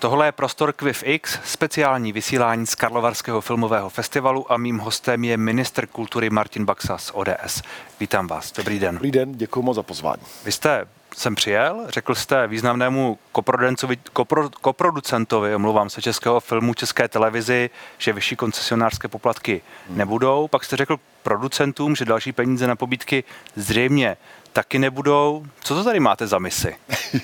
Tohle je prostor Quiv X, speciální vysílání z Karlovarského filmového festivalu a mým hostem je ministr kultury Martin Baxa z ODS. Vítám vás, dobrý den. Dobrý den, děkuji moc za pozvání. Vy jste sem přijel, řekl jste významnému koproducentovi, omlouvám se, českého filmu, České televizi, že vyšší koncesionářské poplatky nebudou, pak jste řekl producentům, že další peníze na pobídky zřejmě taky nebudou. Co to tady máte za misi?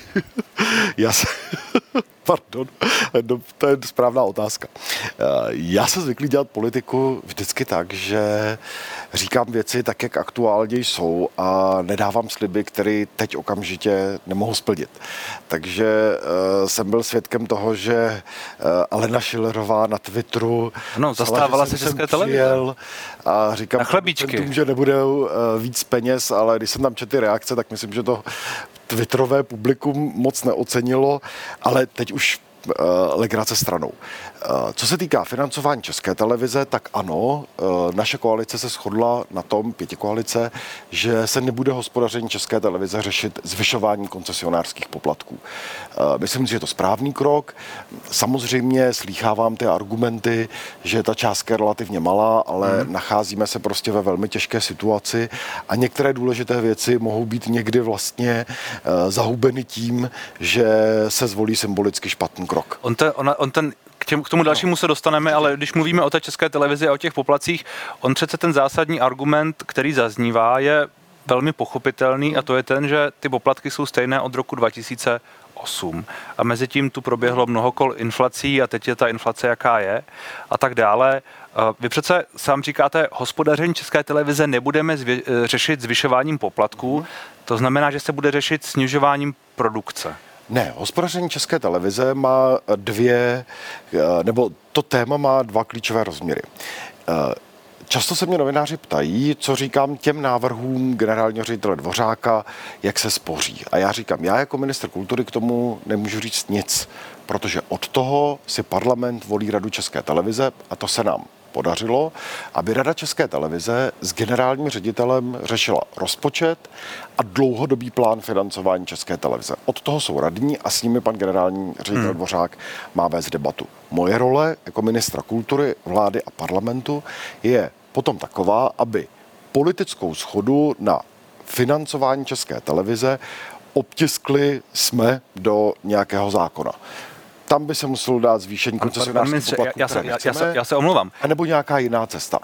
Pardon, to je správná otázka. Já jsem zvyklý dělat politiku vždycky tak, že říkám věci tak, jak aktuálně jsou a nedávám sliby, které teď okamžitě nemohu splnit. Takže jsem byl svědkem toho, že Alena Schillerová na Twitteru zastávala se České televize a říkám, na chlebíčky, že nebude víc peněz, ale když jsem tam četl ty reakce, tak myslím, že to twitterové publikum moc neocenilo, ale teď už legrace stranou. Co se týká financování České televize, tak ano, naše koalice se shodla na tom, pětikoalice, že se nebude hospodaření České televize řešit zvyšování koncesionářských poplatků. Myslím si, že je to správný krok. Samozřejmě slýchávám ty argumenty, že ta částka je relativně malá, ale nacházíme se prostě ve velmi těžké situaci a některé důležité věci mohou být někdy vlastně zahubeny tím, že se zvolí symbolicky špatný krok. K tomu dalšímu se dostaneme, ale když mluvíme o té České televizi a o těch poplacích, on přece ten zásadní argument, který zaznívá, je velmi pochopitelný a to je ten, že ty poplatky jsou stejné od roku 2008 a mezi tím tu proběhlo mnoho kol inflací a teď je ta inflace jaká je a tak dále. Vy přece sám říkáte, hospodaření České televize nebudeme řešit zvyšováním poplatků, to znamená, že se bude řešit snižováním produkce. Ne, hospodaření České televize má to téma má dva klíčové rozměry. Často se mě novináři ptají, co říkám těm návrhům generálního ředitele Dvořáka, jak se spoří. A já říkám, já jako ministr kultury k tomu nemůžu říct nic, protože od toho si parlament volí Radu České televize a to se nám podařilo, aby Rada České televize s generálním ředitelem řešila rozpočet a dlouhodobý plán financování České televize. Od toho jsou radní a s nimi pan generální ředitel Dvořák má vést debatu. Moje role jako ministra kultury, vlády a parlamentu je potom taková, aby politickou shodu na financování České televize obtiskli jsme do nějakého zákona. Tam by se muselo dát zvýšení koncesionářských poplatků, já se omlouvám. A nebo nějaká jiná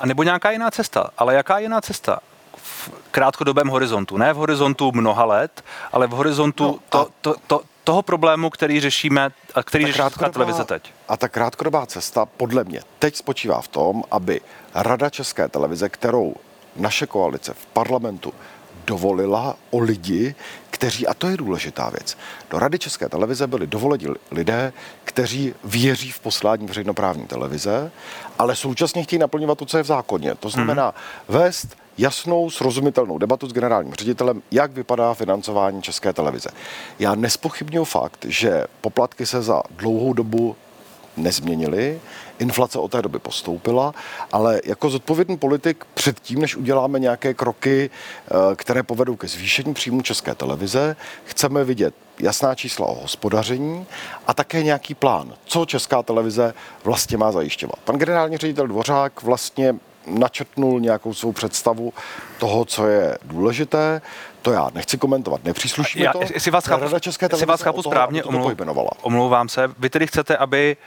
cesta. Ale jaká jiná cesta? V krátkodobém horizontu. Ne v horizontu mnoha let, ale v horizontu toho problému, který řešíme a který řeší Česká televize teď. A ta krátkodobá cesta podle mě teď spočívá v tom, aby Rada České televize, kterou naše koalice v parlamentu dovolila o lidi, kteří, a to je důležitá věc, do Rady České televize byli dovoleni lidé, kteří věří v poslání veřejnoprávní televize, ale současně chtějí naplňovat to, co je v zákoně. To znamená vést jasnou, srozumitelnou debatu s generálním ředitelem, jak vypadá financování České televize. Já nespochybňuji fakt, že poplatky se za dlouhou dobu nezměnily, inflace od té doby postoupila, ale jako zodpovědný politik předtím, než uděláme nějaké kroky, které povedou ke zvýšení příjmu České televize, chceme vidět jasná čísla o hospodaření a také nějaký plán, co Česká televize vlastně má zajišťovat. Pan generální ředitel Dvořák vlastně načrtnul nějakou svou představu toho, co je důležité. To já nechci komentovat, nepřísluší mi to. Jestli vás chápu správně, omlouvám se. Vy tedy chcete, aby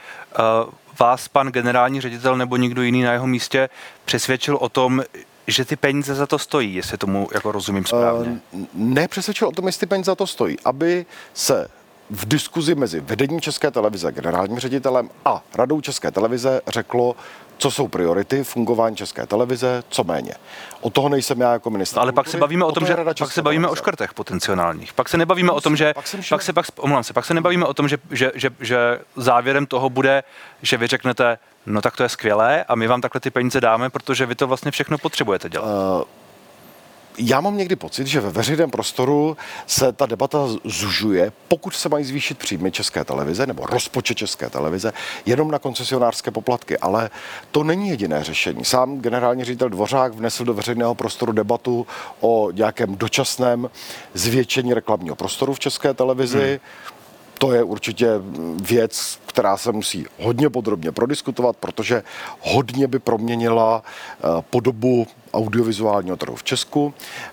vás pan generální ředitel nebo někdo jiný na jeho místě přesvědčil o tom, že ty peníze za to stojí, jestli tomu jako rozumím správně. Nepřesvědčil o tom, jestli ty peníze za to stojí, aby se v diskuzi mezi vedením České televize, generálním ředitelem a Radou České televize řeklo, co jsou priority fungování České televize, co méně. Od toho nejsem já jako ministr. Ale pak se bavíme o tom, že pak se bavíme o škrtech potenciálních. Pak se nebavíme o tom, že pak se nebavíme o tom, že závěrem toho bude, že vy řeknete, no tak to je skvělé a my vám takhle ty peníze dáme, protože vy to vlastně všechno potřebujete dělat. Já mám někdy pocit, že ve veřejném prostoru se ta debata zužuje, pokud se mají zvýšit příjmy České televize nebo rozpočet České televize, jenom na koncesionářské poplatky, ale to není jediné řešení. Sám generální ředitel Dvořák vnesl do veřejného prostoru debatu o nějakém dočasném zvětšení reklamního prostoru v České televizi. To je určitě věc, která se musí hodně podrobně prodiskutovat, protože hodně by proměnila podobu audiovizuálního trhu v Česku.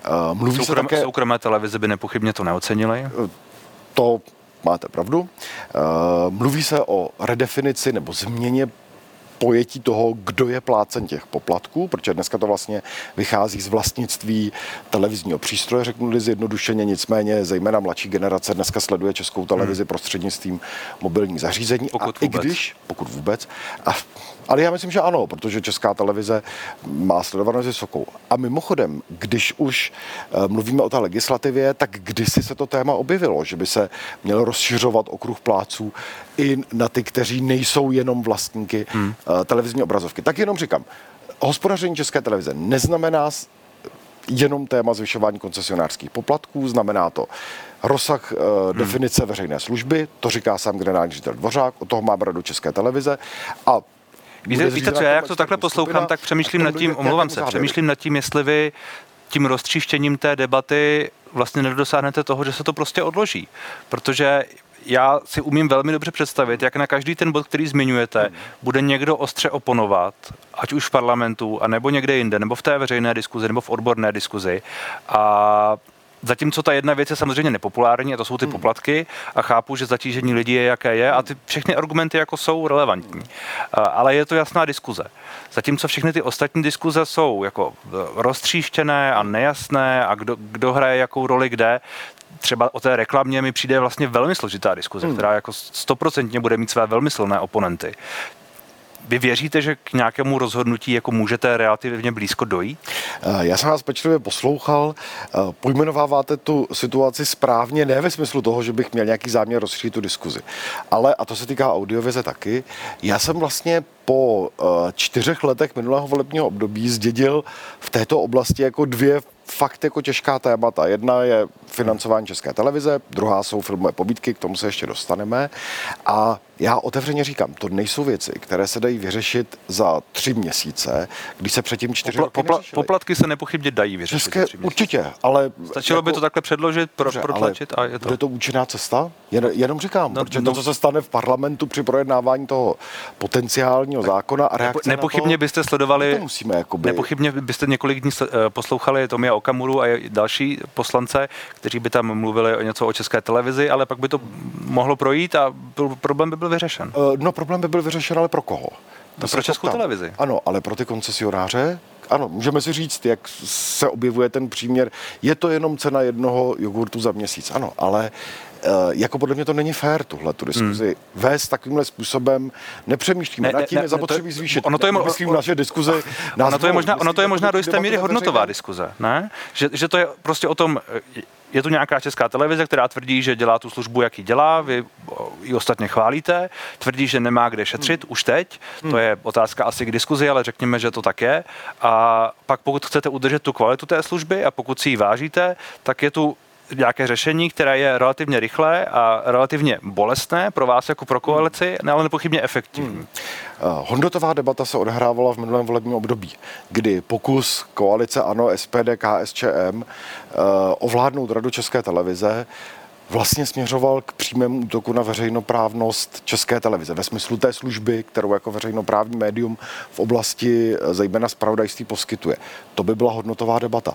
Soukromé televize by nepochybně to neocenily. To máte pravdu. Mluví se o redefinici nebo změně pojetí toho, kdo je plácen těch poplatků, protože dneska to vlastně vychází z vlastnictví televizního přístroje, řeknu-li zjednodušeně, nicméně zejména mladší generace dneska sleduje Českou televizi prostřednictvím mobilních zařízení. Pokud vůbec. Ale já myslím, že ano, protože Česká televize má sledovanost vysokou. A mimochodem, když už mluvíme o té legislativě, tak kdysi se to téma objevilo, že by se měl rozšiřovat okruh plátců i na ty, kteří nejsou jenom vlastníky televizní obrazovky. Tak jenom říkám, hospodaření České televize neznamená jenom téma zvyšování koncesionářských poplatků, znamená to rozsah definice veřejné služby, to říká sám generální ředitel Dvořák, od toho má radu České televize a víte co, já jak to takhle poslouchám, tak přemýšlím nad tím, jestli vy tím roztříštěním té debaty vlastně nedosáhnete toho, že se to prostě odloží. Protože já si umím velmi dobře představit, jak na každý ten bod, který zmiňujete, bude někdo ostře oponovat, ať už v parlamentu, anebo někde jinde, nebo v té veřejné diskuzi, nebo v odborné diskuzi. A zatímco ta jedna věc je samozřejmě nepopulární, a to jsou ty poplatky, a chápu, že zatížení lidí je, jaké je, a ty všechny argumenty jako jsou relevantní. Ale je to jasná diskuze. Zatímco všechny ty ostatní diskuze jsou jako roztříštěné a nejasné, a kdo hraje jakou roli kde. Třeba o té reklamě mi přijde vlastně velmi složitá diskuze, která jako 100% bude mít své velmi silné oponenty. Vy věříte, že k nějakému rozhodnutí jako můžete relativně blízko dojít? Já jsem vás pečlivě poslouchal. Pojmenováváte tu situaci správně, ne ve smyslu toho, že bych měl nějaký záměr rozšířit tu diskuzi. Ale, a to se týká audiovize taky, já jsem vlastně po 4 letech minulého volebního období zdědil v této oblasti jako 2 fakt jako těžká témata. Jedna je financování České televize, druhá jsou filmové pobídky, k tomu se ještě dostaneme. A já otevřeně říkám, to nejsou věci, které se dají vyřešit za 3 měsíce, když se předtím 4 roky neřešily. Poplatky se nepochybně dají vyřešit za 3 měsíce. Určitě, ale... Stačilo by to takhle předložit, protlačit a je to. Bude to účinná cesta? Jenom říkám, protože to, co se stane v parlamentu při projednávání toho potenciálního zákona a reakce nepochybně na to, byste sledovali, to musíme jakoby... Nepochybně byste několik dní poslouchali Tomia Okamuru a další poslance, kteří by tam mluvili o něco o České televizi, ale pak by to mohlo projít a problém by byl vyřešen. Problém by byl vyřešen, ale pro koho? Pro Českou televizi. Ano, ale pro ty koncesionáře? Ano, můžeme si říct, jak se objevuje ten příměr. Je to jenom cena jednoho jogurtu za měsíc. Ano, ale jako podle mě to není fér, tuhle tu diskuzi. Vést takovýmhle způsobem, nepřemýšlíme nad tím, je zapotřebí zvýšit. Myslím naše diskuzi. Ono to je možná do jisté míry hodnotová diskuze, ne? Že to je prostě o tom, je tu nějaká Česká televize, která tvrdí, že dělá tu službu, jak ji dělá, vy ji ostatně chválíte, tvrdí, že nemá kde šetřit už teď, to je otázka asi k diskuzi, ale řekněme, že to tak je. A pak pokud chcete udržet tu kvalitu té služby a pokud si ji vážíte, tak je tu nějaké řešení, které je relativně rychlé a relativně bolestné pro vás jako pro koalici, ale nepochybně efektivní. Hodnotová debata se odehrávala v minulém volebním období, kdy pokus koalice ANO, SPD, KSČM ovládnout Radu České televize vlastně směřoval k přímému útoku na veřejnoprávnost České televize ve smyslu té služby, kterou jako veřejnoprávní médium v oblasti zejména zpravodajství poskytuje. To by byla hodnotová debata.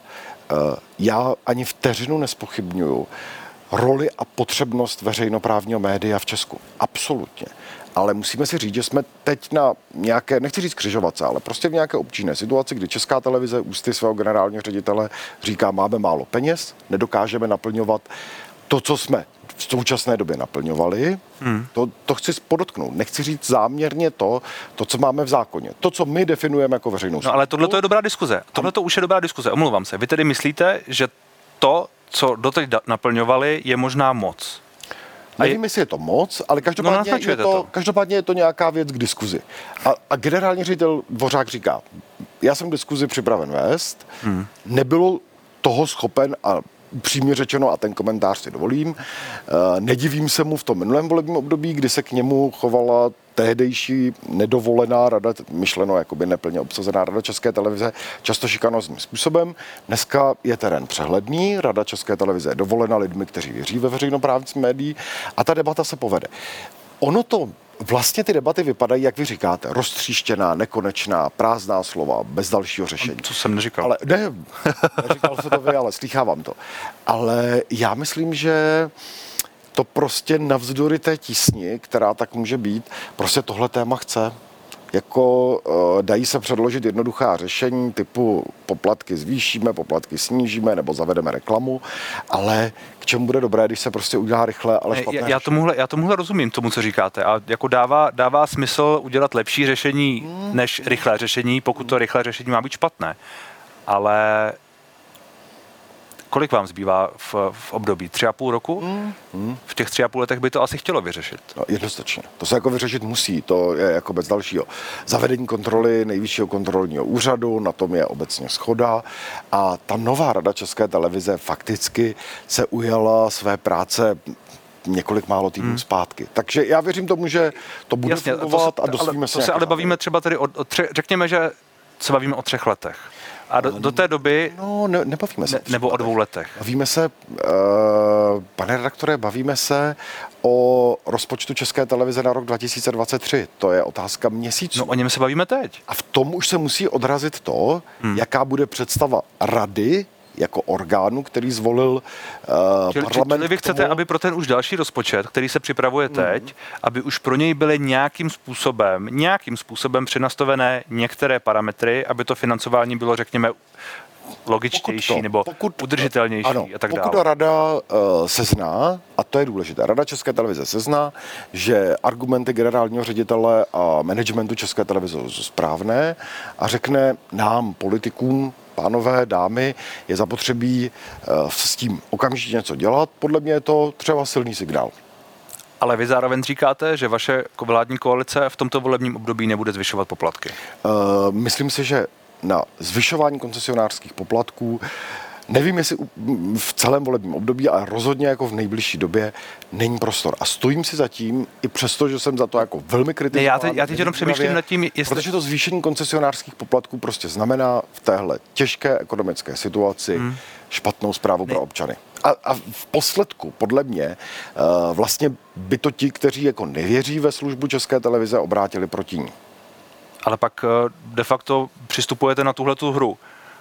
Já ani vteřinu nezpochybňuju roli a potřebnost veřejnoprávního média v Česku. Absolutně. Ale musíme si říct, že jsme teď na nějaké, nechci říct křižovatce, ale prostě v nějaké obtížné situaci, kdy Česká televize ústy svého generálního ředitele říká, máme málo peněz, nedokážeme naplňovat to, co jsme v současné době naplňovali. To chci podotknout. Nechci říct záměrně to, co máme v zákoně. To, co my definujeme jako veřejnou službu. No ale tohle je dobrá diskuze. Tohle už je dobrá diskuze. Omlouvám se. Vy tedy myslíte, že to, co doteď naplňovali, je možná moc? Nevím, jestli je to moc, ale každopádně je to nějaká věc k diskuzi. A generální ředitel Dvořák říká, já jsem diskuzi připraven vést, nebylo toho schopen a upřímně řečeno, a ten komentář si dovolím, nedivím se mu v tom minulém volebním období, kdy se k němu chovala tehdejší nedovolená rada, myšleno jakoby neplně obsazená rada České televize, často šikanózním způsobem. Dneska je terén přehledný, rada České televize je dovolena lidmi, kteří věří ve veřejnoprávní médií a ta debata se povede. Ono to vlastně ty debaty vypadají, jak vy říkáte, roztříštěná, nekonečná, prázdná slova, bez dalšího řešení. To jsem neříkal. Ale neříkal se to vy, ale slýchávám to. Ale já myslím, že to prostě navzdory té tísni, která tak může být, prostě tohle téma chce. Jako dají se předložit jednoduchá řešení typu poplatky zvýšíme, poplatky snížíme nebo zavedeme reklamu, ale k čemu bude dobré, když se prostě udělá rychle, ale špatné já tomuhle rozumím tomu, co říkáte a jako dává smysl udělat lepší řešení než rychlé řešení, pokud to rychlé řešení má být špatné. Ale kolik vám zbývá v období? 3,5 roku? V těch 3,5 letech by to asi chtělo vyřešit. No, jednoznačně. To se jako vyřešit musí, to je jako bez dalšího. Zavedení kontroly Nejvyššího kontrolního úřadu, na tom je obecně shoda a ta nová rada České televize fakticky se ujala své práce několik málo týdnů zpátky. Takže já věřím tomu, že to bude fungovat a dosvíme se. To se ale bavíme třeba tady řekněme, že se bavíme o 3 letech. A do té doby... No, nebavíme se. Nebo o 2 letech. Bavíme se, pane redaktore, bavíme se o rozpočtu České televize na rok 2023. To je otázka měsíců. No, o něm se bavíme teď. A v tom už se musí odrazit to, jaká bude představa rady jako orgánu, který zvolil parlament. Čili vy chcete, aby pro ten už další rozpočet, který se připravuje teď, aby už pro něj byly nějakým způsobem přenastavené některé parametry, aby to financování bylo, řekněme, logičtější nebo udržitelnější ano, a tak dále. Pokud rada sezná, a to je důležité, rada České televize sezná, že argumenty generálního ředitele a managementu České televize jsou správné a řekne nám, politikům, pánové, dámy, je zapotřebí s tím okamžitě něco dělat. Podle mě je to třeba silný signál. Ale vy zároveň říkáte, že vaše vládní koalice v tomto volebním období nebude zvyšovat poplatky. Myslím si, že na zvyšování koncesionářských poplatků nevím, jestli v celém volebním období, ale rozhodně jako v nejbližší době není prostor. A stojím si za tím, i přesto, že jsem za to jako velmi kritizován. Já teď jenom přemýšlím nad tím, protože to zvýšení koncesionářských poplatků prostě znamená v téhle těžké ekonomické situaci špatnou zprávu pro občany. A v posledku, podle mě, vlastně by to ti, kteří jako nevěří ve službu České televize, obrátili proti ní. Ale pak de facto přistupujete na tuhletu hru.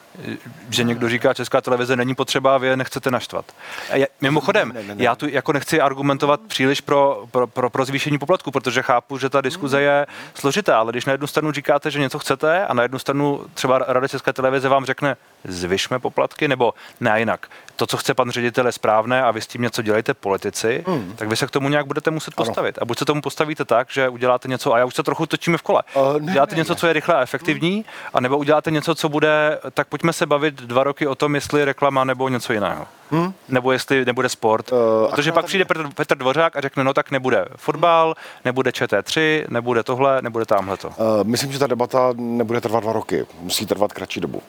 Že někdo říká, Česká televize není potřeba, vy je nechcete naštvat. Mimochodem, já tu jako nechci argumentovat příliš pro zvýšení poplatku, protože chápu, že ta diskuze je složitá, ale když na jednu stranu říkáte, že něco chcete a na jednu stranu třeba Rada České televize vám řekne, zvyšme poplatky, nebo ne jinak. To, co chce pan ředitel, je správné a vy s tím něco dělejte politici, tak vy se k tomu nějak budete muset postavit. A buď se tomu postavíte tak, že uděláte něco, a já už se trochu točíme v kole. Uděláte něco, co je rychle a efektivní, anebo uděláte něco, co bude, tak pojďme se bavit 2 roky o tom, jestli reklama nebo něco jiného. Nebo jestli nebude sport. Protože pak přijde Petr Dvořák a řekne, no tak nebude fotbal, nebude ČT3, nebude tohle, nebude támhleto. Myslím, že ta debata nebude trvat 2 roky. Musí trvat kratší dobu.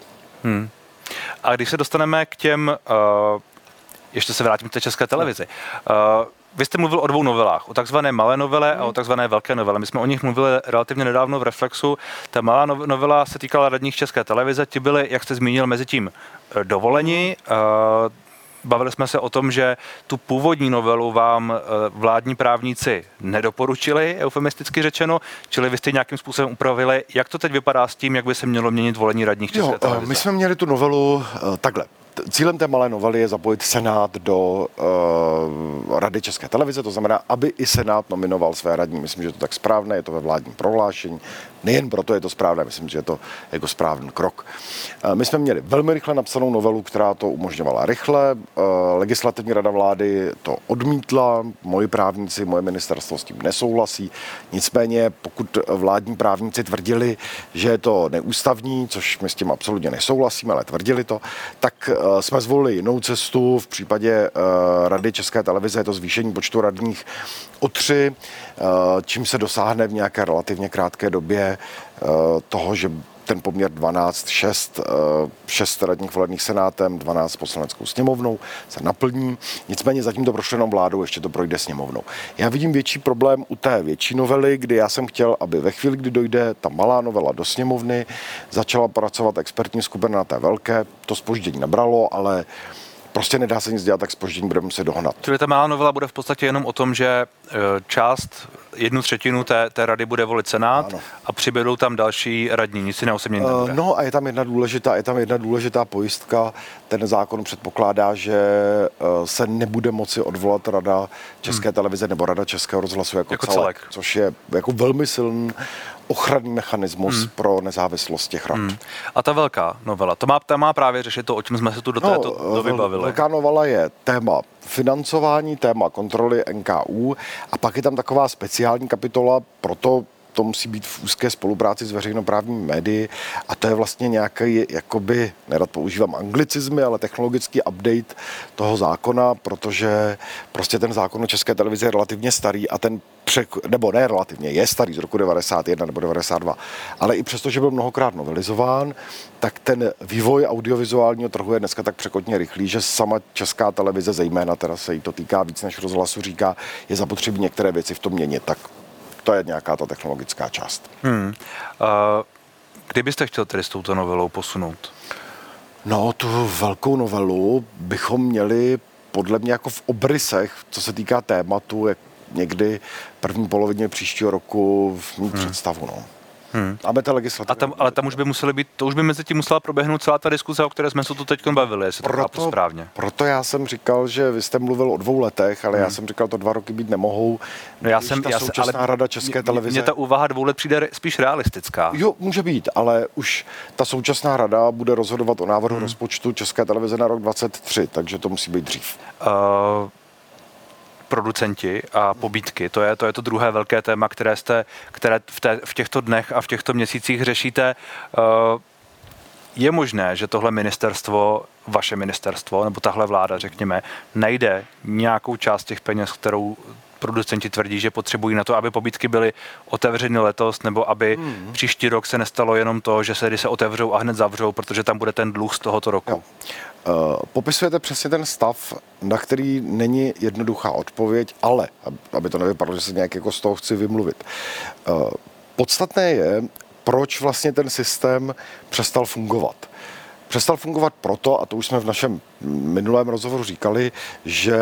A když se dostaneme k těm, ještě se vrátím k té České televizi, vy jste mluvil o 2 novelách, o takzvané malé novele a o takzvané velké novele. My jsme o nich mluvili relativně nedávno v Reflexu. Ta malá novela se týkala radních České televize, ti byli, jak jste zmínil, mezi tím dovoleni. Bavili jsme se o tom, že tu původní novelu vám vládní právníci nedoporučili, eufemisticky řečeno, čili vy jste nějakým způsobem upravili. Jak to teď vypadá s tím, jak by se mělo měnit volení radních České televize? My jsme měli tu novelu takhle. Cílem té malé novely je zapojit Senát do Rady České televize, to znamená, aby i Senát nominoval své radní. Myslím, že je to tak správné, je to ve vládním prohlášení. Nejen proto je to správné, myslím, že je to jako správný krok. My jsme měli velmi rychle napsanou novelu, která to umožňovala rychle. Legislativní rada vlády to odmítla, moji právníci, moje ministerstvo s tím nesouhlasí. Nicméně, pokud vládní právníci tvrdili, že je to neústavní, což my s tím absolutně nesouhlasíme, ale tvrdili to, tak jsme zvolili jinou cestu. V případě Rady České televize je to zvýšení počtu radních o 3, čím se dosáhne v nějaké relativně krátké době toho, že ten poměr 12-6, 6 radních volených senátem, 12 poslaneckou sněmovnou se naplní. Nicméně zatím to prošlo jenom vládou, ještě to projde sněmovnou. Já vidím větší problém u té větší novely, kdy já jsem chtěl, aby ve chvíli, kdy dojde ta malá novela do sněmovny, začala pracovat expertní skupina na té velké. To zpoždění nabralo, ale prostě nedá se nic dělat, tak zpoždění budeme muset dohnat. Čili ta malá novela bude v podstatě jenom o tom, že část, 1/3 té rady bude volit Senát, ano, a přibydou tam další radní, nic jiného se měnit nebude. No a je tam jedna důležitá pojistka. Ten zákon předpokládá, že se nebude moci odvolat Rada České televize nebo Rada Českého rozhlasu jako celek, což je jako velmi silný ochranný mechanismus pro nezávislost těch rad. A ta velká novela, ta má právě řešit to, o čem jsme se tu do této vybavili. Velká novela je téma financování, téma kontroly NKÚ a pak je tam taková speciální kapitola, proto to musí být v úzké spolupráci s veřejnoprávními médii a to je vlastně nějaký, jakoby, nerad používám anglicizmy, ale technologický update toho zákona, protože prostě ten zákon o České televizi je relativně starý a nebo ne relativně, je starý z roku 91 nebo 92, ale i přesto, že byl mnohokrát novelizován, tak ten vývoj audiovizuálního trhu je dneska tak překotně rychlý, že sama Česká televize, zejména teda se jí to týká víc než rozhlasu, říká, je zapotřebí některé věci v tom měnit, tak to je nějaká ta technologická část. Kdy byste chtěl tedy s touto novelou posunout? No, tu velkou novelu bychom měli podle mě jako v obrysech, co se týká tématu, jak někdy první polovině příštího roku mít představu, no. Máme ta legislativa. Ale tam už by museli být, to už by mezi tím musela proběhnout celá ta diskuze, o které jsme se tu teď bavili, jestli to chápu správně. Proto já jsem říkal, že vy jste mluvil o 2 letech, ale já jsem říkal, to 2 roky být nemohou. No současná rada České televize. Mně ta úvaha 2 let přijde spíš realistická. Jo, může být, ale už ta současná rada bude rozhodovat o návrhu rozpočtu České televize na rok 2023, takže to musí být dřív. Producenti a pobídky. To je to druhé velké téma, které v těchto dnech a v těchto měsících řešíte. Je možné, že tohle ministerstvo, vaše ministerstvo, nebo tahle vláda, řekněme, najde nějakou část těch peněz, kterou producenti tvrdí, že potřebují na to, aby pobídky byly otevřeny letos, nebo aby příští rok se nestalo jenom to, že se otevřou a hned zavřou, protože tam bude ten dluh z tohoto roku. Jo. Popisujete přesně ten stav, na který není jednoduchá odpověď, ale, aby to nevypadalo, že se nějak jako z toho chci vymluvit. Podstatné je, proč vlastně ten systém přestal fungovat. Přestal fungovat proto, a to už jsme v našem minulém rozhovoru říkali, že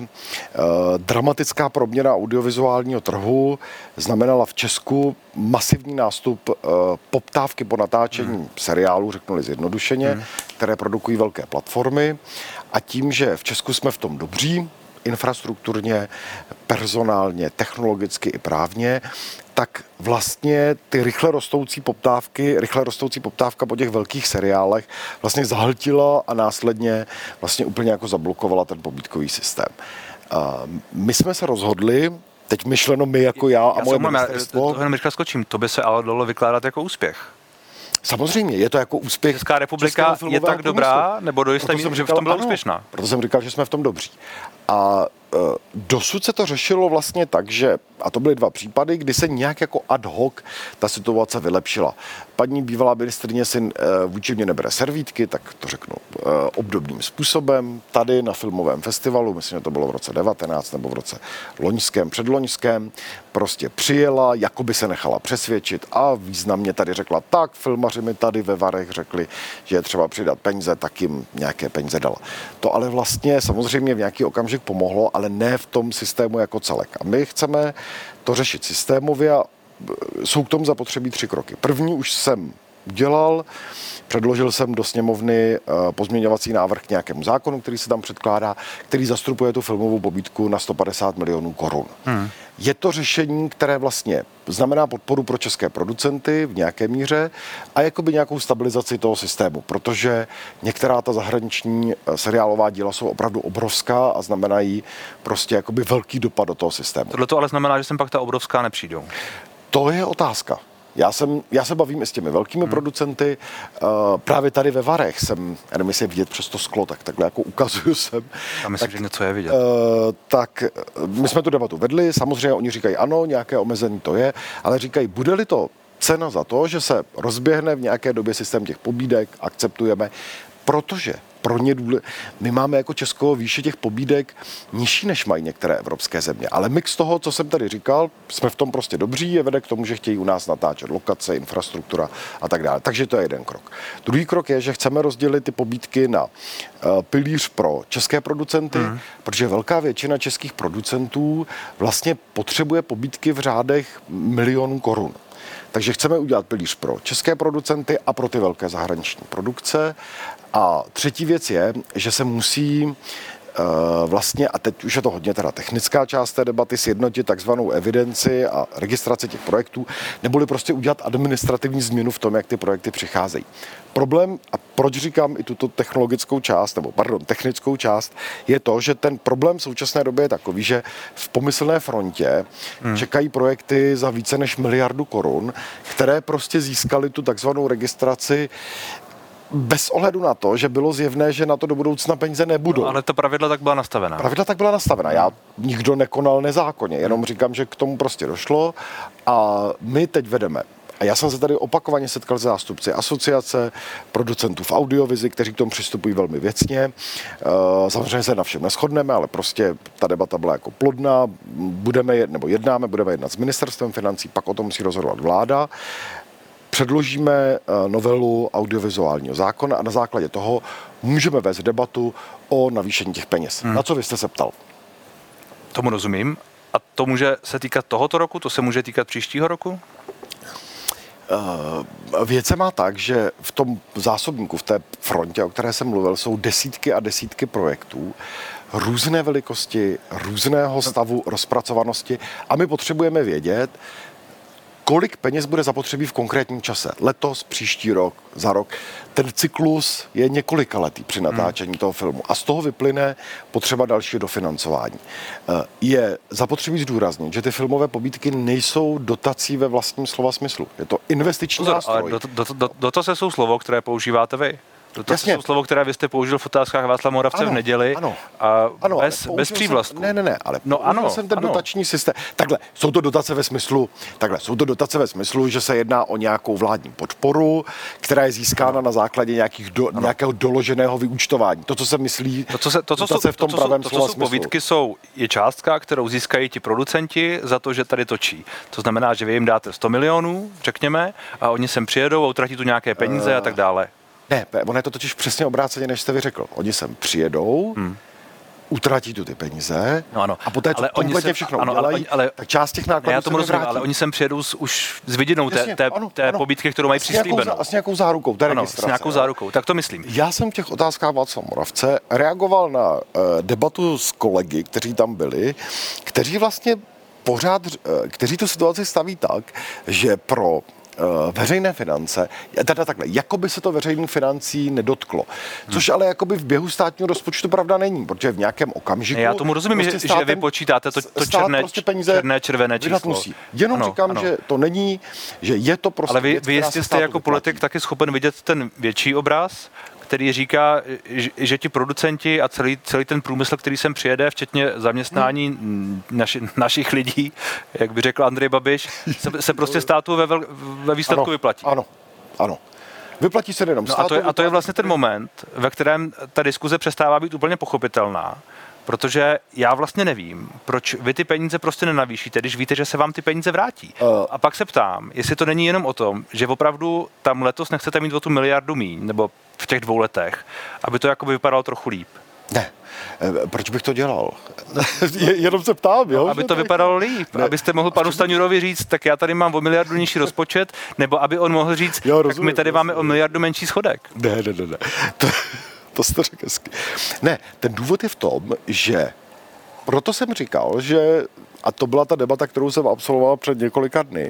dramatická proměna audiovizuálního trhu znamenala v Česku masivní nástup poptávky po natáčení seriálů, řeknu-li zjednodušeně, které produkují velké platformy. A tím, že v Česku jsme v tom dobří, infrastrukturně, personálně, technologicky i právně, tak vlastně ty rychle rostoucí poptávka po těch velkých seriálech vlastně zahltila a následně vlastně úplně jako zablokovala ten pobídkový systém. My jsme se rozhodli, teď myšleno my jako já a moje ministerstvo. Tohle rychle skočím, to by se ale dalo vykládat jako úspěch. Samozřejmě, je to jako úspěch. Česká republika je tak dobrá, nebo do jisté míry, že v tom byla úspěšná? Proto jsem říkal, že jsme v tom dobří. A dosud se to řešilo vlastně tak, že, a to byly 2 případy, kdy se nějak jako ad hoc ta situace vylepšila. Paní bývalá ministryně si vůči mě nebere servítky, tak to řeknu obdobným způsobem. Tady na filmovém festivalu, myslím, že to bylo v roce 19 nebo v roce loňském, předloňském, prostě přijela, jako by se nechala přesvědčit a významně tady řekla, tak filmaři mi tady ve Varech řekli, že je třeba přidat peníze, tak jim nějaké peníze dala. To ale vlastně samozřejmě v nějaký okamžik pomohlo, ale ne v tom systému jako celek. A my chceme to řešit systémově a jsou k tomu zapotřebí 3 kroky. První už jsem udělal, předložil jsem do sněmovny pozměňovací návrh k nějakému zákonu, který se tam předkládá, který zastropuje tu filmovou pobídku na 150 milionů korun. Je to řešení, které vlastně znamená podporu pro české producenty v nějaké míře a jakoby nějakou stabilizaci toho systému, protože některá ta zahraniční seriálová díla jsou opravdu obrovská a znamenají prostě jakoby velký dopad do toho systému. Tohle to ale znamená, že sem pak ta obrovská nepřijdou. To je otázka. Já se bavím i s těmi velkými producenty. Právě tady ve Varech jsem, já nevím, jestli je vidět přes to sklo, tak takhle jako ukazuju jsem. A myslím, že něco je vidět. Tak my jsme tu debatu vedli, samozřejmě oni říkají ano, nějaké omezení to je, ale říkají, bude-li to cena za to, že se rozběhne v nějaké době systém těch pobídek, akceptujeme, protože pro ně my máme jako Česko výše těch pobídek nižší, než mají některé evropské země. Ale mix toho, co jsem tady říkal, jsme v tom prostě dobří, je vede k tomu, že chtějí u nás natáčet lokace, infrastruktura a tak dále. Takže to je jeden krok. Druhý krok je, že chceme rozdělit ty pobídky na pilíř pro české producenty, protože velká většina českých producentů vlastně potřebuje pobídky v řádech milionů korun. Takže chceme udělat pilíř pro české producenty a pro ty velké zahraniční produkce. A třetí věc je, že se musí vlastně, a teď už je to hodně teda technická část té debaty, sjednotit takzvanou evidenci a registraci těch projektů, neboli prostě udělat administrativní změnu v tom, jak ty projekty přicházejí. Problém, a proč říkám i tuto technologickou část, nebo technickou část, je to, že ten problém v současné době je takový, že v pomyslné frontě čekají projekty za více než 1 miliardu korun, které prostě získaly tu takzvanou registraci bez ohledu na to, že bylo zjevné, že na to do budoucna peníze nebudou. No, ale ta pravidla tak byla nastavená. Pravidla tak byla nastavena. Já nikdo nekonal nezákonně, jenom říkám, že k tomu prostě došlo a my teď vedeme. A já jsem se tady opakovaně setkal s zástupci asociace producentů v audiovizi, kteří k tomu přistupují velmi věcně. Samozřejmě se na všem neshodneme, ale prostě ta debata byla jako plodná. Budeme jednat s ministerstvem financí, pak o tom musí rozhodovat vláda. Předložíme novelu audiovizuálního zákona a na základě toho můžeme vést debatu o navýšení těch peněz. Na co vy jste se ptal? Tomu rozumím. A to může se týkat tohoto roku? To se může týkat příštího roku? Věc se má tak, že v tom zásobníku, v té frontě, o které jsem mluvil, jsou desítky a desítky projektů, různé velikosti, různého stavu rozpracovanosti a my potřebujeme vědět, kolik peněz bude zapotřebí v konkrétním čase. Letos, příští rok, za rok. Ten cyklus je několikaletý při natáčení toho filmu a z toho vyplyne potřeba dalšího dofinancování. Je zapotřebí zdůraznit, že ty filmové pobídky nejsou dotací ve vlastním slova smyslu. Je to investiční nástroj. Dotace jsou slovo, které používáte vy. To jsou slovo, které vy jste použil v Otázkách Václava Moravce v neděli bez přívlastku. Ne, ale jsem ten dotační systém. Takhle, jsou to dotace ve smyslu, že se jedná o nějakou vládní podporu, která je získána na základě nějakého doloženého vyúčtování. To, co se myslí, dotace v tom pravém slova smyslu. Pobídky je částka, kterou získají ti producenti za to, že tady točí. To znamená, že vy jim dáte 100 milionů, řekněme, a oni sem přijedou a utratí tu nějaké peníze a tak dále. Ne, ono je to totiž přesně obráceně, než jste vy řekl. Oni sem přijedou, utratí tu ty peníze a poté, co kompletně všechno udělají, tak část těch nákladů já tomu rozumím, ale oni sem přijedou už s vidinou té pobídky, kterou mají přislíbenou. A s nějakou zárukou, té registrace. S nějakou zárukou, tak to myslím. Já jsem v těch Otázkách Václava Moravce reagoval na debatu s kolegy, kteří tam byli, kteří vlastně kteří tu situaci staví tak, že pro veřejné finance, teda takhle, jako by se to veřejných financí nedotklo. Což ale jakoby v běhu státního rozpočtu pravda není, protože v nějakém okamžiku... Já tomu rozumím, prostě že vy počítáte to černé číslo. Musí. Jenom říkám, že to není, že je to prostě... Ale vy jistě jste jako politik taky schopen vidět ten větší obraz, který říká, že ti producenti a celý ten průmysl, který sem přijede, včetně zaměstnání našich lidí, jak by řekl Andrej Babiš, se prostě státu ve výsledku vyplatí. Ano. Vyplatí se jenom státu. A to je vlastně ten moment, ve kterém ta diskuze přestává být úplně pochopitelná. Protože já vlastně nevím, proč vy ty peníze prostě nenavýšíte, když víte, že se vám ty peníze vrátí. A pak se ptám, jestli to není jenom o tom, že opravdu tam letos nechcete mít o tu 1 miliardu míň, nebo v těch 2 letech, aby to jakoby vypadalo trochu líp. Ne. Proč bych to dělal? Jenom se ptám, jo? Aby to vypadalo líp. Ne. Abyste mohl panu Stanjurovi říct, tak já tady mám o 1 miliardu nižší rozpočet, nebo aby on mohl říct, tak my tady máme o 1 miliardu menší schodek. Ne. To jste řekl hezky. Ne, ten důvod je v tom, že proto jsem říkal, že, a to byla ta debata, kterou jsem absolvoval před několika dny,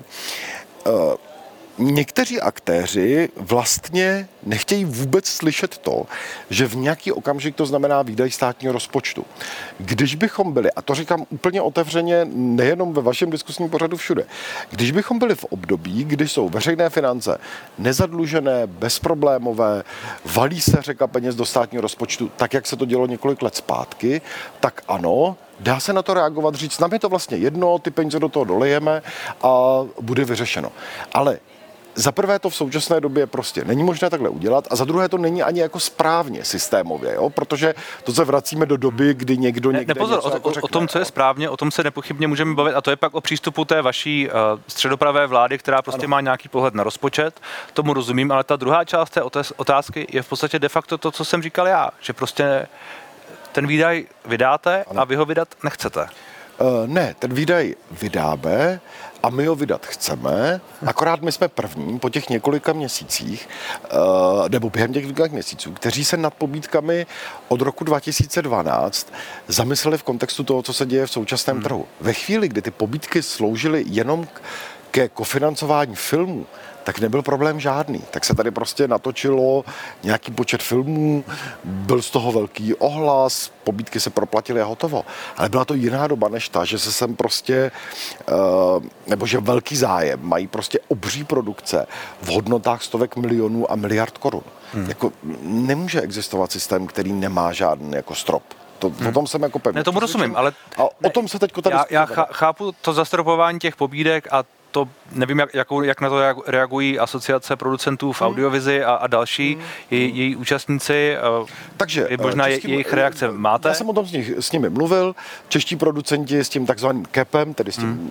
někteří aktéři vlastně nechtějí vůbec slyšet to, že v nějaký okamžik to znamená výdaj státního rozpočtu. Když bychom byli, a to říkám úplně otevřeně, nejenom ve vašem diskusním pořadu všude, když bychom byli v období, kdy jsou veřejné finance nezadlužené, bezproblémové, valí se řeka peněz do státního rozpočtu, tak jak se to dělo několik let zpátky, tak ano, dá se na to reagovat, říct, nám je to vlastně jedno, ty peníze do toho dolejeme a bude vyřešeno. Ale za prvé to v současné době prostě není možné takhle udělat a za druhé to není ani jako správně systémově, jo? Protože to se vracíme do doby, kdy někdo někde Nepozor, něco jako řekne, o tom, co je správně, o tom se nepochybně můžeme bavit a to je pak o přístupu té vaší středopravé vlády, která prostě má nějaký pohled na rozpočet, tomu rozumím, ale ta druhá část té otázky je v podstatě de facto to, co jsem říkal já, že prostě ten výdaj vydáte a vy ho vydat nechcete. Ne, ten výdaj vydáme a my ho vydat chceme, akorát my jsme první po těch několika měsících, nebo během těch několika měsíců, kteří se nad pobídkami od roku 2012 zamysleli v kontextu toho, co se děje v současném trhu. Ve chvíli, kdy ty pobídky sloužily jenom ke kofinancování filmů, tak nebyl problém žádný. Tak se tady prostě natočilo nějaký počet filmů, byl z toho velký ohlas, pobídky se proplatily a hotovo. Ale byla to jiná doba než ta, že se sem prostě, nebo že velký zájem, mají prostě obří produkce v hodnotách stovek milionů a miliard korun. Jako nemůže existovat systém, který nemá žádný jako strop. O tom jsem jako pevně. Ne, tomu rozumím, ale a o tom se teďko tady já chápu to zastropování těch pobídek a to nevím, jak na to reagují asociace producentů v audiovizi a další její účastníci. Takže možná jejich reakce máte? Já jsem o tom s nimi mluvil. Čeští producenti s tím takzvaným capem, tedy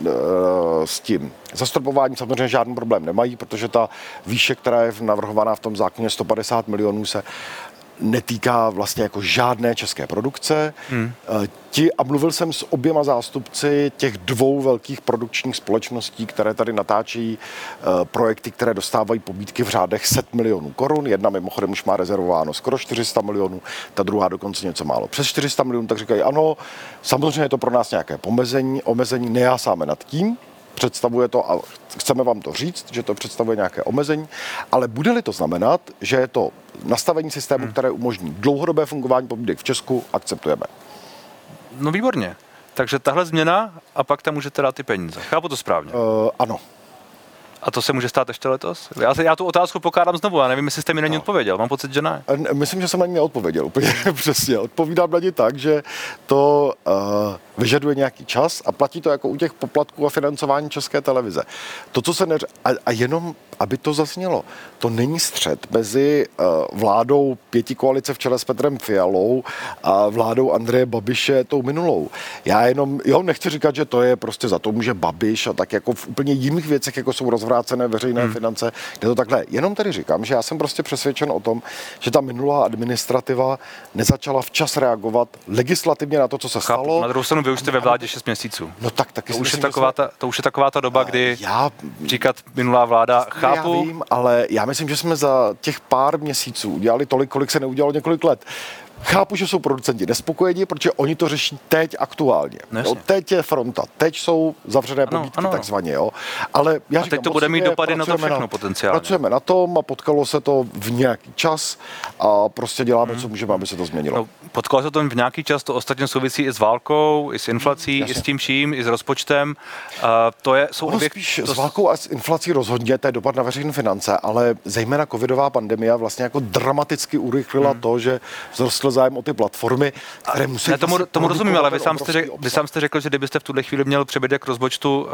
s tím zastropováním samozřejmě žádný problém nemají, protože ta výše, která je navrhovaná v tom zákoně 150 milionů, se netýká vlastně jako žádné české produkce. A mluvil jsem s oběma zástupci těch dvou velkých produkčních společností, které tady natáčí projekty, které dostávají pobídky v řádech 100 milionů korun. Jedna mimochodem už má rezervováno skoro 400 milionů, ta druhá dokonce něco málo přes 400 milionů, tak říkají ano, samozřejmě je to pro nás nějaké omezení, nejásáme nad tím, představuje to a chceme vám to říct, že to představuje nějaké omezení, ale bude-li to znamenat, že je to nastavení systému, které umožní dlouhodobé fungování pobídek v Česku, akceptujeme. No výborně. Takže tahle změna a pak tam můžete dát ty peníze. Chápu to správně? Ano. A to se může stát ještě letos? Já tu otázku pokládám znovu, já nevím, jestli jste mi na ní odpověděl. Mám pocit, že ne. Myslím, že jsem na ní neodpověděl úplně přesně. Odpovídám na ní tak, že to vyžaduje nějaký čas a platí to jako u těch poplatků a financování České televize. To, co se a jenom, aby to zaznělo, to není střet mezi vládou pětikoalice v čele s Petrem Fialou a vládou Andreje Babiše tou minulou. Já jenom, nechci říkat, že to je prostě za to může Babiš a tak jako v úplně jiných věcech, jako jsou rozvrácené veřejné finance, kde to takhle. Jenom tady říkám, že já jsem prostě přesvědčen o tom, že ta minulá administrativa nezačala včas reagovat legislativně na to, co se stalo. Na druhou stranu vy už jste ve vládě 6 měsíců. No tak taky to už je taková ta doba, kdy říkat minulá vláda, chápu. Já vím, ale já myslím, že jsme za těch pár měsíců udělali tolik, kolik se neudělalo několik let. Chápu, že jsou producenti nespokojení, protože oni to řeší teď aktuálně. Jo, teď je fronta, teď jsou zavřené pobídky takzvaně. Jo. Ale já říkám, teď to bude mít dopady na to všechno potenciálně. Pracujeme na tom a potkalo se to v nějaký čas a prostě děláme, co můžeme, aby se to změnilo. No, potkalo se to v nějaký čas, to ostatně souvisí i s válkou, i s inflací, i s tím vším, i s rozpočtem. Spíš s válkou a s inflací rozhodně, to je dopad na veřejné finance, ale zejména covidová pandemie vlastně jako dramaticky urychlila to, že vzrostl zájem o ty platformy, které musí... Ne, tomu rozumím, ale vy sám jste řekl, že kdybyste v tuhle chvíli měl přebytek rozpočtu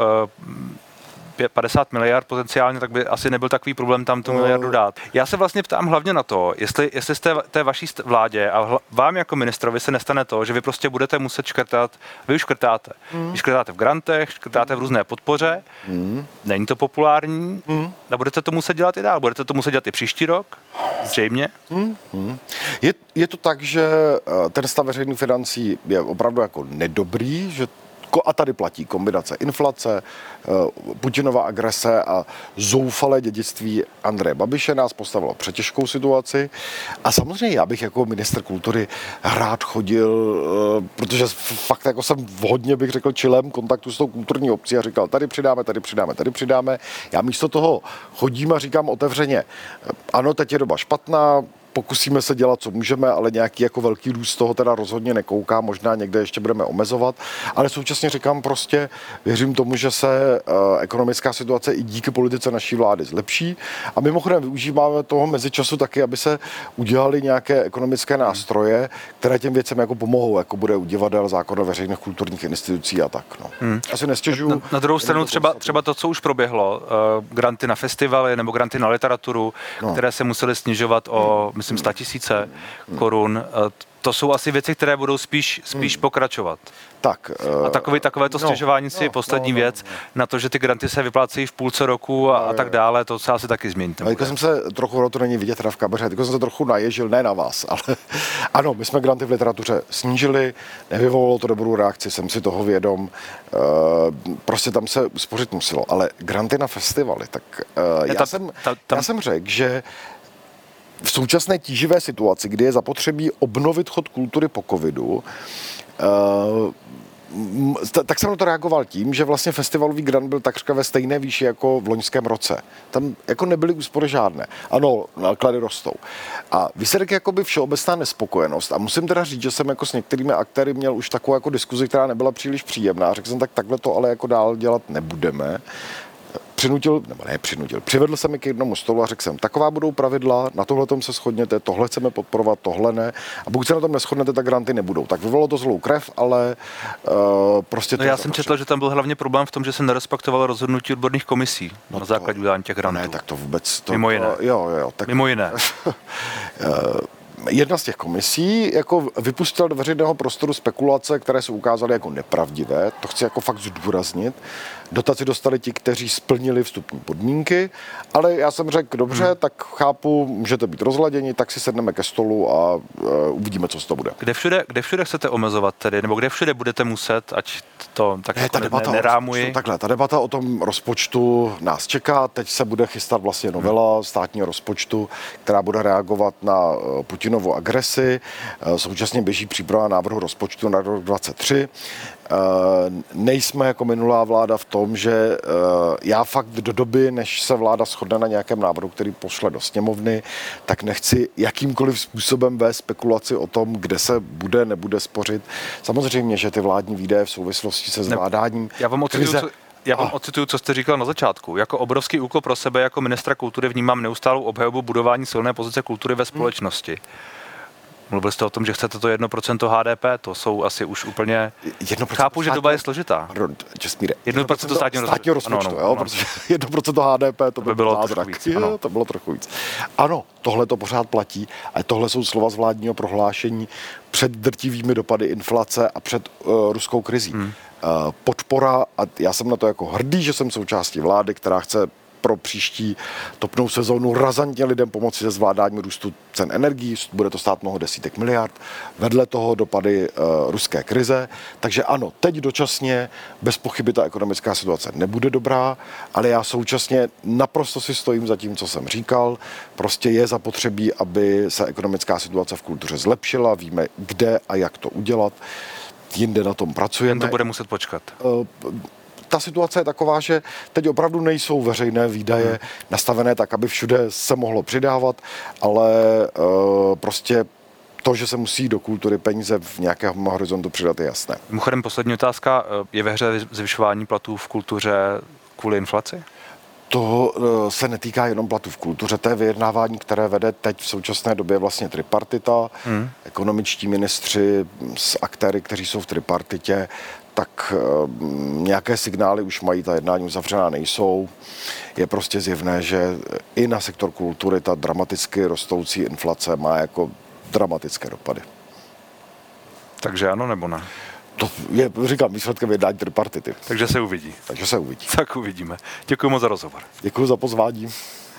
50 miliard potenciálně, tak by asi nebyl takový problém tam tu miliardu dát. Já se vlastně ptám hlavně na to, jestli jste té vaší vládě a vám jako ministrovi se nestane to, že vy prostě budete muset škrtat, vy už škrtáte. Vy škrtáte v grantech, škrtáte v různé podpoře, není to populární a budete to muset dělat i dál. Budete to muset dělat i příští rok, zřejmě. Je to tak, že ten stav veřejných financí je opravdu jako nedobrý, že a tady platí kombinace inflace, Putinova agrese a zoufalé dědictví Andreje Babiše nás postavilo před těžkou situaci. A samozřejmě já bych jako ministr kultury rád chodil, protože fakt jako jsem hodně, bych řekl, čilem kontaktu s tou kulturní obcí a říkal, tady přidáme, tady přidáme, tady přidáme. Já místo toho chodím a říkám otevřeně, ano, teď je doba špatná, pokusíme se dělat, co můžeme, ale nějaký jako velký růst toho teda rozhodně nekouká, možná někde ještě budeme omezovat, ale současně říkám prostě, věřím tomu, že se ekonomická situace i díky politice naší vlády zlepší a mimochodem využíváme toho mezičasu taky, aby se udělali nějaké ekonomické nástroje, které těm věcem jako pomohou, jako bude u divadel, zákon o veřejných kulturních institucí a tak. No. Asi nestěžuju. Na druhou stranu třeba to, co už proběhlo, granty na festivaly nebo granty na literaturu, které se musely snižovat o, myslím, 100 000 korun. To jsou asi věci, které budou spíš pokračovat. Tak, a takovéto stěžování si je poslední věc na to, že ty granty se vyplácejí v půlce roku a tak dále, to se asi taky změní. Teďka jsem se trochu, to není vidět teda v kameře, teďka jsem se trochu naježil, ne na vás, ale ano, my jsme granty v literatuře snížili, nevyvolalo to dobrou reakci, jsem si toho vědom, prostě tam se uspořit muselo, ale granty na festivaly, tak já jsem řekl, že v současné tíživé situaci, kdy je zapotřebí obnovit chod kultury po covidu, tak jsem na to reagoval tím, že vlastně festivalový grant byl takřka ve stejné výši jako v loňském roce. Tam jako nebyly úspory žádné. Ano, náklady rostou. A výsledek je jakoby všeobecná nespokojenost. A musím teda říct, že jsem jako s některými aktéry měl už takovou jako diskuzi, která nebyla příliš příjemná. Řekl jsem, tak takhle to ale jako dál dělat nebudeme. Přivedl jsem mi k jednomu stolu a řekl jsem, taková budou pravidla, na tohletom se shodněte, tohle chceme podporovat, tohle ne. A pokud se na tom neshodnete, tak granty nebudou. Tak vyvolalo to zlou krev, ale prostě to já jsem četl, že tam byl hlavně problém v tom, že se nerespektovalo rozhodnutí odborných komisí na základě udání těch grantů. Ne, tak to vůbec... Mimo jiné. Tak, Mimo jiné. Jedna z těch komisí jako vypustila do veřejného prostoru spekulace, které se ukázaly jako nepravdivé. To chci jako fakt zdůraznit. Dotaci dostali ti, kteří splnili vstupní podmínky, ale já jsem řekl, dobře, tak chápu, můžete být rozladěni, tak si sedneme ke stolu a uvidíme, co z toho bude. Kde všude chcete omezovat tedy, nebo kde všude budete muset, ať to tak nerámuji? Ta debata o tom rozpočtu nás čeká, teď se bude chystat vlastně novela státního rozpočtu, která bude reagovat na Putinovu agresi, současně běží příprava návrhu rozpočtu na rok 2023. Nejsme jako minulá vláda v tom, že já fakt do doby, než se vláda shodne na nějakém návrhu, který pošle do sněmovny, tak nechci jakýmkoliv způsobem vést spekulaci o tom, kde se bude, nebude spořit. Samozřejmě, že ty vládní výdaje v souvislosti se zvládáním Já vám ocituju, co jste říkal na začátku. Jako obrovský úkol pro sebe jako ministra kultury vnímám neustálou obhajobu budování silné pozice kultury ve společnosti. Mluvil jste o tom, že chcete to 1% HDP, to jsou asi už úplně... Chápu, že doba je složitá. Pardon, Čestmíre. 1% státního rozpočtu, ano. Protože 1% HDP to by bylo zázrak. To bylo trochu víc. Ano, tohle to pořád platí, ale tohle jsou slova z vládního prohlášení před drtivými dopady inflace a před ruskou krizí. Podpora, a já jsem na to jako hrdý, že jsem součástí vlády, která chce pro příští topnou sezónu razantně lidem pomoci se zvládáním růstu cen energií, bude to stát mnoho desítek miliard, vedle toho dopady ruské krize, takže ano, teď dočasně bez pochyby ta ekonomická situace nebude dobrá, ale já současně naprosto si stojím za tím, co jsem říkal, prostě je zapotřebí, aby se ekonomická situace v kultuře zlepšila, víme kde a jak to udělat, jinde na tom pracujeme. Jen to bude muset počkat. Ta situace je taková, že teď opravdu nejsou veřejné výdaje nastavené tak, aby všude se mohlo přidávat, ale prostě to, že se musí do kultury peníze v nějakém horizontu přidat, je jasné. Mimochodem, poslední otázka. Je ve hře zvyšování platů v kultuře kvůli inflaci? To se netýká jenom platů v kultuře, to je vyjednávání, které vede teď v současné době vlastně tripartita, ekonomičtí ministři s aktéry, kteří jsou v tripartitě, tak nějaké signály už mají, ta jednání uzavřená nejsou. Je prostě zjevné, že i na sektor kultury ta dramaticky rostoucí inflace má jako dramatické dopady. Takže ano nebo ne? To je, říkám, výsledkem jednání tripartity. Takže se uvidí. Takže se uvidí. Tak uvidíme. Děkuji moc za rozhovor. Děkuji za pozvání.